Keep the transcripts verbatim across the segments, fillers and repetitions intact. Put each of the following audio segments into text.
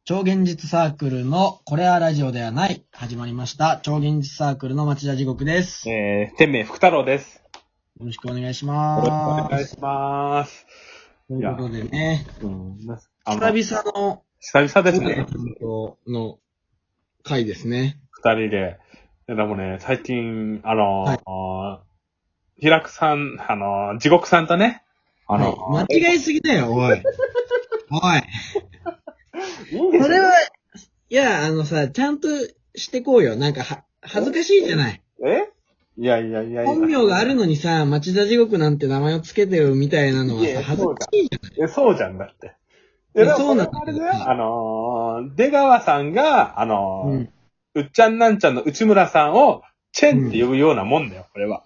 超現実サークルのこれはラジオではない始まりました。超現実サークルの町田地獄です。 えー、天命福太郎です。 よろしくお願いしよろます。 しくお願いします。 ということでね、 うん、 久々の久々ですね。 の回ですね。 二人で。でもね、最近、あのー、 はひらくさん、あのー、地獄さんとね、あのー、 はい、間違いすぎだよ、おい。おい。 いいんですよ。 それは、いや、あのさ、ちゃんとしてこうよ。なんかは、恥ずかしいじゃない。 えいやいやいやいや。 本名があるのにさ、町田地獄なんて名前をつけてるみたいなのはさ、 いや恥ずかしいじゃない。 え、そうじゃんだって。 いやそうなんだあれだよ。あのー、出川さんが、あのー、 うんうっちゃんなんちゃんの内村さんを、チェンって呼ぶようなもんだよ、これは。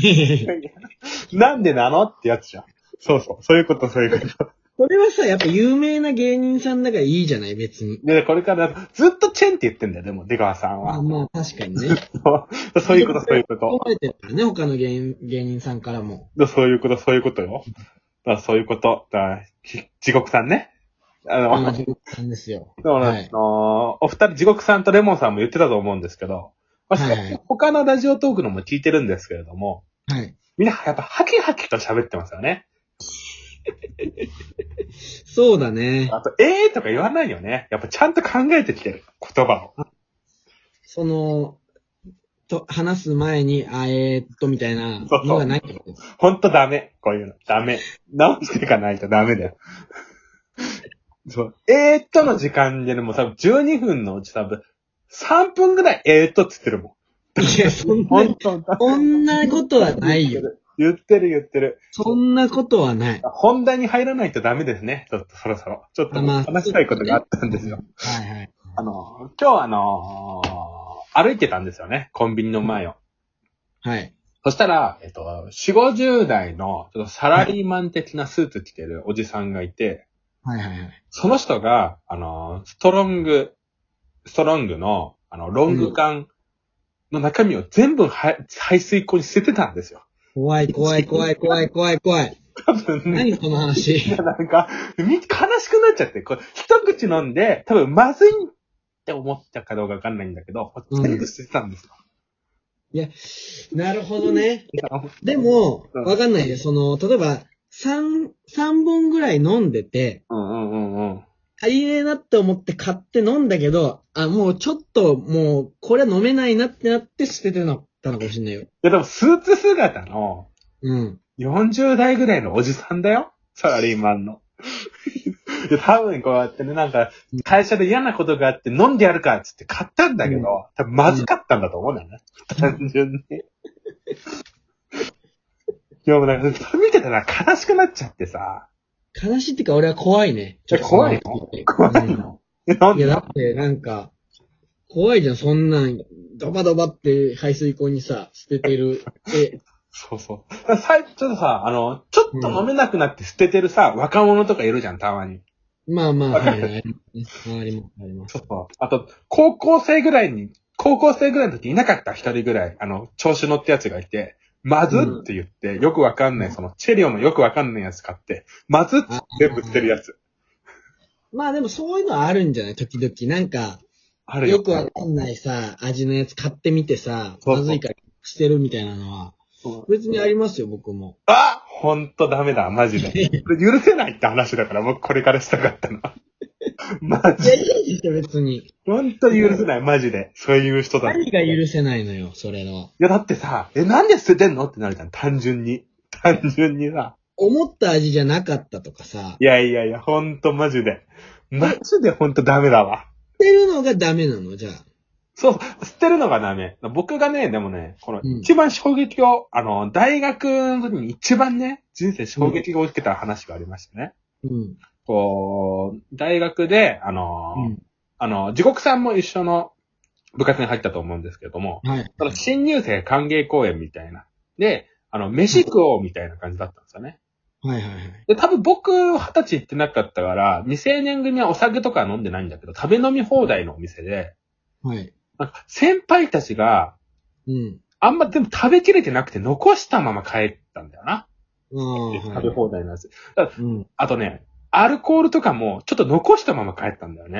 なんでなのってやつじゃん。そうそう。そういうこと、そういうこと。 これはさ、やっぱ有名な芸人さんだからいいじゃない、別に。 で、これからずっとチェンって言ってんだよ、でも、出川さんは。 まあまあ、確かにね。 そういうこと、そういうこ思われてるからね、他の芸芸人さんからも。 と。そういうこと、そういうことよ。だからそういうこと。だから地獄さんね。あの、 まあ、地獄さんですよ。 だから、 はい。 あのお二人、地獄さんとレモンさんも言ってたと思うんですけど、まあはいはい他のラジオトークのも聞いてるんですけれども、 はい。 みんなやっぱハキハキと喋ってますよね。 そうだね。 あと、えーとか言わないよね。やっぱちゃんと考えてきてる。言葉を。 その、と、話す前に、あえーっと、みたいなのがないってこと。 ほんとダメ。こういうの。ダメ。直していかないとダメだよ。そう。えーっとの時間でね、もう多分じゅうにふんのうち多分さんぷんぐらいえーっとって言ってるもん。 いや、そんな、 ほんと、 そんなことはないよ。 言ってる言ってる。 そんなことはない。 本題に入らないとダメですね。ちょっとそろそろ。ちょっとあまあ話したいことがあったんですよ。 はいはい。 あの、今日あのー、歩いてたんですよね。コンビニの前を。 はい。 そしたら、えっと、よんじゅう、ごじゅう代のちょっとサラリーマン的なスーツ着てるおじさんがいて、 はいはいはい。 その人が、あの、ストロング、ストロングの、あの、ロング缶の中身を全部は排水口に捨ててたんですよ。 怖い怖い怖い怖い怖い怖い。 多分ね。 何この話。 いや、なんか、み、悲しくなっちゃって、これ、一口飲んで、多分まずいって思ったかどうかわかんないんだけど、全部捨ててたんですよ。 いや、なるほどね。でも、 うんわかんないで、その、例えば、三、三本ぐらい飲んでて、 うんうんうんうん。 足りねえなって思って買って飲んだけど、あ、もうちょっと、もう、これ飲めないなってなって捨ててたのかもしんないよ。 いや、でもスーツ姿のうん。 よんじゅう代ぐらいのおじさんだよ。サラリーマンの。で、多分こうやってね、なんか、会社で嫌なことがあって飲んでやるかっつって買ったんだけど、 うん多分まずかったんだと思うんだよね。単純に。いや、もうなんか、それ見てたら悲しくなっちゃってさ。 悲しいっていうか、俺は怖いね。 え、怖いの怖いのえ、なんいや、 でだって、なんか、怖いじゃん、そんなん、ドバドバって排水口にさ、捨ててる。え、 そうそう。だからさいちょっとさ、あの、ちょっと飲めなくなって捨ててるさ、若者とかいるじゃん、たまに。 まあまあ、 わかるはいはい。あります、あります。 そうそう。あと、高校生ぐらいに、高校生ぐらいの時いなかった一人ぐらい、あの、調子乗ってやつがいて、まずって言って、よくわかんない、その、チェリオのよくわかんないやつ買って、まずって全部捨てるやつ。 まあでもそういうのはあるんじゃない時々。なんか、 あるよ。 よくわかんないさ、味のやつ買ってみてさ、 そうそうまずいから捨てるみたいなのは、別にありますよ、僕も。 あほんとダメだ、マジで。これ許せないって話だから、僕これからしたかったな。マいや、 ジで。 いいですよ、別に。 ほんと許せない、マジで。そういう人だ。 何が許せないのよ、それの。 いや、だってさ、え、なんで捨ててんのってなるじゃん、単純に。単純にさ。 思った味じゃなかったとかさ、 いやいやいや、ほんとマジで。マジでほんとダメだわ。 捨てるのがダメなの、じゃあ。 そう、捨てるのがダメ。僕がね、でもね、このうん一番衝撃を、あの、大学の時に一番ね、人生衝撃を受けた話がありましたね。 うん。 こう、大学で、あの、 うん。 あの、地獄さんも一緒の部活に入ったと思うんですけれども、 はい。 その新入生歓迎公演みたいな。で、あの、飯食おうみたいな感じだったんですよね。 はいはいはい。 で、多分僕、二十歳行ってなかったから、未成年組はお酒とか飲んでないんだけど、食べ飲み放題のお店で、 はい。 なんか先輩たちが、 うん。 あんま全部食べきれてなくて残したまま帰ったんだよな。 ああ、はい。 食べ放題のやつ。だからうん。 あとね、アルコールとかもちょっと残したまま帰ったんだよね。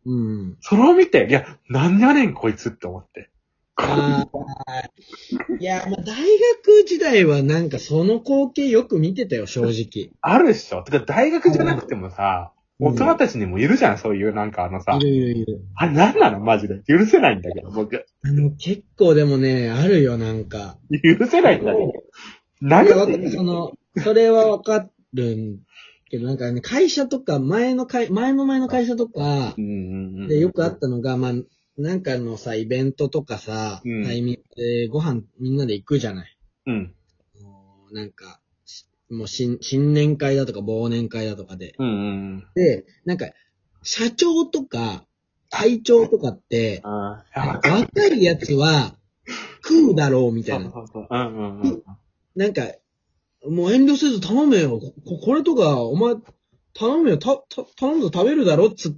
うん。 それを見て、いや、なんやねんこいつって思って。 ああ。いや、まあ、大学時代はなんかその光景よく見てたよ、正直。 あるでしょ。てか大学じゃなくてもさ、 うん、 大人たちにもいるじゃん、そういうなんかあのさ。 いるいるいる。 あれなんなのマジで。許せないんだけど、僕。 あの、結構でもね、あるよ、なんか。 許せないんだけど。 いや、 何わかる、その、それはわかるんけど、なんかね、会社とか、前の会、前の前の会社とかうん、うんうん。 でよくあったのが、まあ、なんかのさ、イベントとかさ、 うんタイミングでご飯みんなで行くじゃない。 うん。 もうなんか、しもう新、新年会だとか忘年会だとかで。 うんうんうん。 で、なんか、社長とか、会長とかって、 ああ、やばかった。 若いやつは食うだろうみたそいうな。 そうそう。うんうんうん。 なんか、もう遠慮せず頼めよ。ここれとか、お前、頼むよ。た、た、頼むと食べるだろっつって、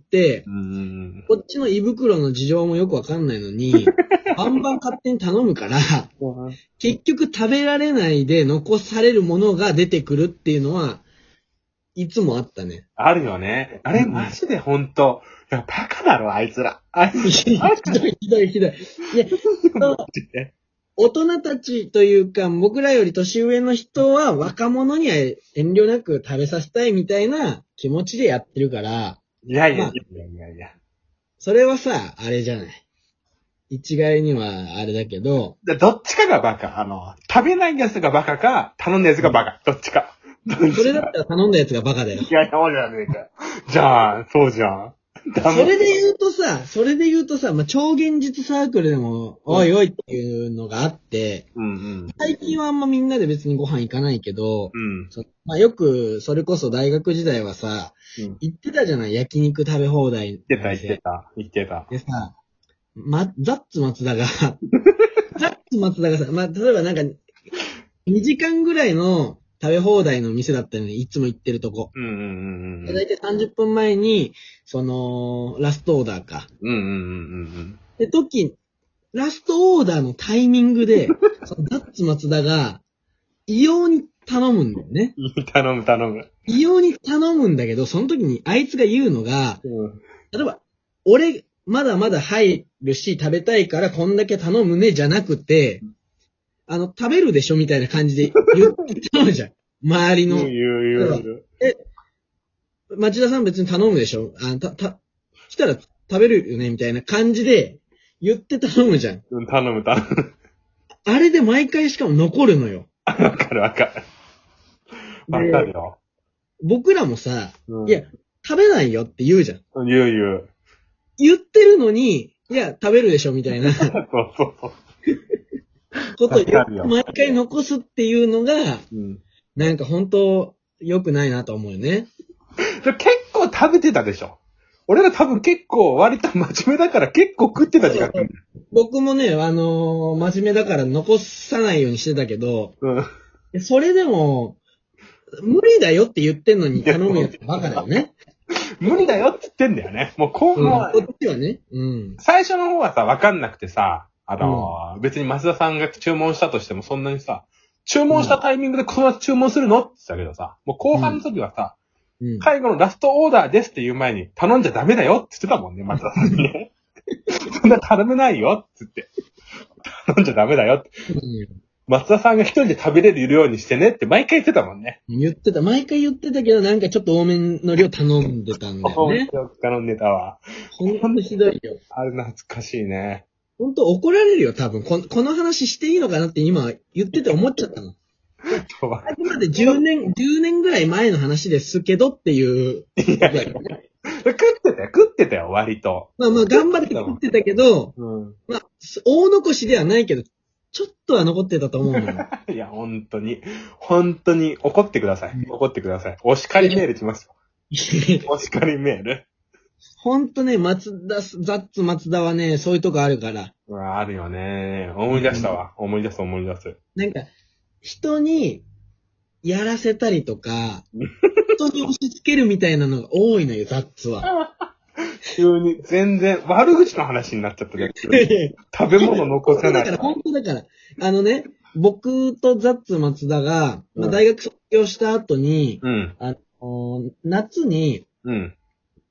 うんうんこっちの胃袋の事情もよくわかんないのに、バンバン勝手に頼むから、 うん。 結局食べられないで残されるものが出てくるっていうのは、いつもあったね。 あるよね。あれマジでほんと。いや、バカだろ、あいつら。あいつら。 ひどいひどいひどい。いや、大人たちというか、僕らより年上の人は若者には遠慮なく食べさせたいみたいな気持ちでやってるから、 いやいやまあいやいやいや。 それはさ、あれじゃない。一概にはあれだけど、 でどっちかがバカ。あの、食べないやつがバカか、頼んだやつがバカ。どっちか。 それだったら頼んだやつがバカだよ。 いやいや、そうじゃねえか。じゃあ、そうじゃん。ダそれで言うとさ、それで言うとさ、まあ、超現実サークルでも、おいおいっていうのがあって、 うんうん。 最近はあんまみんなで別にご飯行かないけど、 うん。 そまあ、よく、それこそ大学時代はさ、 うん。 行ってたじゃない、焼肉食べ放題。 言ってた、言ってた。言ってた。 でさ、ま、ザッツ松田が、ザッツ松田がさ、まあ、例えばなんか、にじかんぐらいの食べ放題の店だったのに、いつも行ってるとこ。 うんうんうんうん。 だいたいさんじゅっぷんまえに、その、ラストオーダーか。 うんうんうんうんで、時、ラストオーダーのタイミングで、そのザッツ松田が、異様に頼むんだよね。 うん。頼む頼む。 異様に頼むんだけど、その時にあいつが言うのが、 うん。 例えば、俺、まだまだ入るし、食べたいからこんだけ頼むね、じゃなくて、あの、食べるでしょみたいな感じで言って頼むじゃん。周りの。 言う言う言う言う。 え、町田さん別に頼むでしょあ、た、た、来たら食べるよねみたいな感じで言って頼むじゃん。 うん、頼む頼む。 あれで毎回しかも残るのよ。 わかるわかる。わかるよ。 僕らもさ、 うん、 いや、食べないよって言うじゃん。 言う言う。 言ってるのに、いや、食べるでしょみたいなそうそうそう。 ことを言わかるよって毎回残すっていうのが、 うん。 なんか本当良くないなと思うよね。 結構食べてたでしょ。俺ら多分結構割と真面目だから結構食ってた時間。 僕もね、あのー真面目だから残さないようにしてたけど、 うん。 それでも、無理だよって言ってんのに頼むやつバカだよね。 無理だよって言ってんだよね。もうこう、 うん、 もうこっちはね。うん。 最初の方はさ、わかんなくてさ、あのー別に増田さんが注文したとしてもそんなにさ、注文したタイミングでこのまま注文するのって言ってたけどさ、もう後半の時はさ、 うん。 最後のラストオーダーですって言う前に頼んじゃダメだよって言ってたもんね、増田さんにね。そんな頼めないよって言って。頼んじゃダメだよって。松田さんが一人で食べれるようにしてねって毎回言ってたもんね。 言ってた。毎回言ってたけど、なんかちょっと多めの量頼んでたんだよね。 頼んでたわ。 ほんとひどいよ。 あれ懐かしいね。 ほんと怒られるよ、多分。ここの話していいのかなって今言ってて思っちゃったの。あくまでじゅうねん、じゅうねんぐらい前の話ですけどっていう。 いやいや食ってたよ、食ってたよ、割と。 まあまあ頑張って食ってたけど、 うん。 まあ、大残しではないけど、ちょっとは残ってたと思うのよ。 いや、本当に、本当に怒ってください。怒ってください。お叱りメール来ますよ。お叱りメール。 ほんとね、松田、ザッツ松田はね、そういうとこあるから。 うわあるよね。思い出したわ。思い出す思い出す。 なんか、人にやらせたりとか、人に押し付けるみたいなのが多いのよ、ザッツは。 急に、全然、悪口の話になっちゃったね。食べ物残せない。 だから、本当だから、あのね、僕とザッツ松田が、まあ、大学卒業した後に、 うん。 あの、夏に、 うん。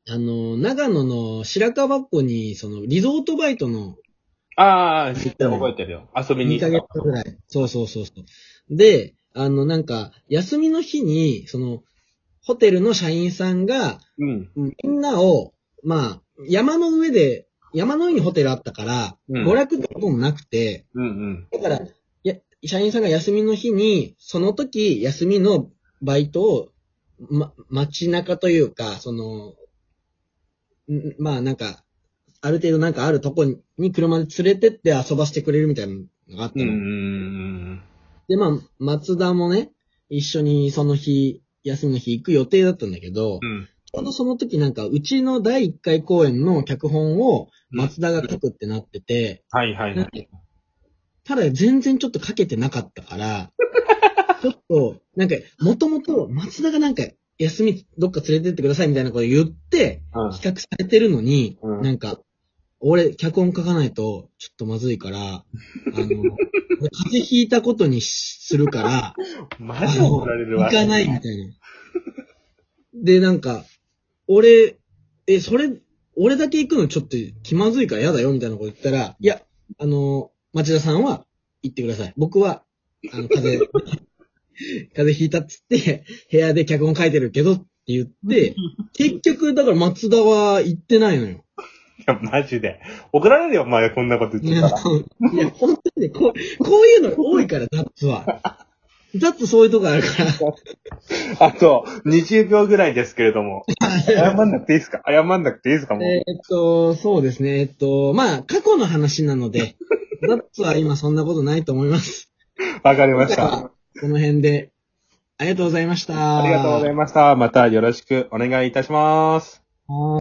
あの、長野の白川湖に、その、リゾートバイトのああ、知ってる、覚えてるよ。遊びににか行った。 げつぐらい。そうそうそうそう。で、あの、なんか、休みの日に、その、ホテルの社員さんが、 うん。 みんなを、まあ、山の上で、山の上にホテルあったから、 うん娯楽ってこともなくて、 うんうん。 だから、や、社員さんが休みの日に、その時、休みのバイトを、ま、街中というか、その、んまあなんか、ある程度なんかあるとこに車で連れてって遊ばせてくれるみたいなのがあったの。 うんうんうんで、まあ、松田もね、一緒にその日、休みの日行く予定だったんだけど、 うん。 ちょうどその時なんか、うちのだいいっかい公演の脚本を松田が書くってなってて、 はいはいはい。 ただ全然ちょっと書けてなかったから、ちょっと、なんか、もともと松田がなんか、休みどっか連れてってくださいみたいなこと言って、 うん企画されてるのに、 うんなんか、俺、脚本書かないと、ちょっとまずいから、あの、風邪ひいたことにするから、 マジ怒られるわ。 行かないみたいな。で、なんか、俺、え、それ、俺だけ行くのちょっと気まずいから嫌だよみたいなこと言ったら、いや、あの、町田さんは行ってください。僕は、あの、風邪、風邪ひいたっつって、部屋で脚本書いてるけどって言って、結局、だから松田は行ってないのよ。 いや、マジで。怒られるよ、お前こんなこといや、 言ってたら。 いや本当にね、こう、こういうの多いから、ダッツは。ダッツそういうとこあるから。 あと、にじゅうびょうぐらいですけれども。謝んなくていいですか謝んなくていいですかもう。 えーっと、そうですね。えっと、まあ、過去の話なので、ダッツは今そんなことないと思います。 わかりました。 この辺で、ありがとうございました。 ありがとうございました。またよろしくお願いいたします。 はい。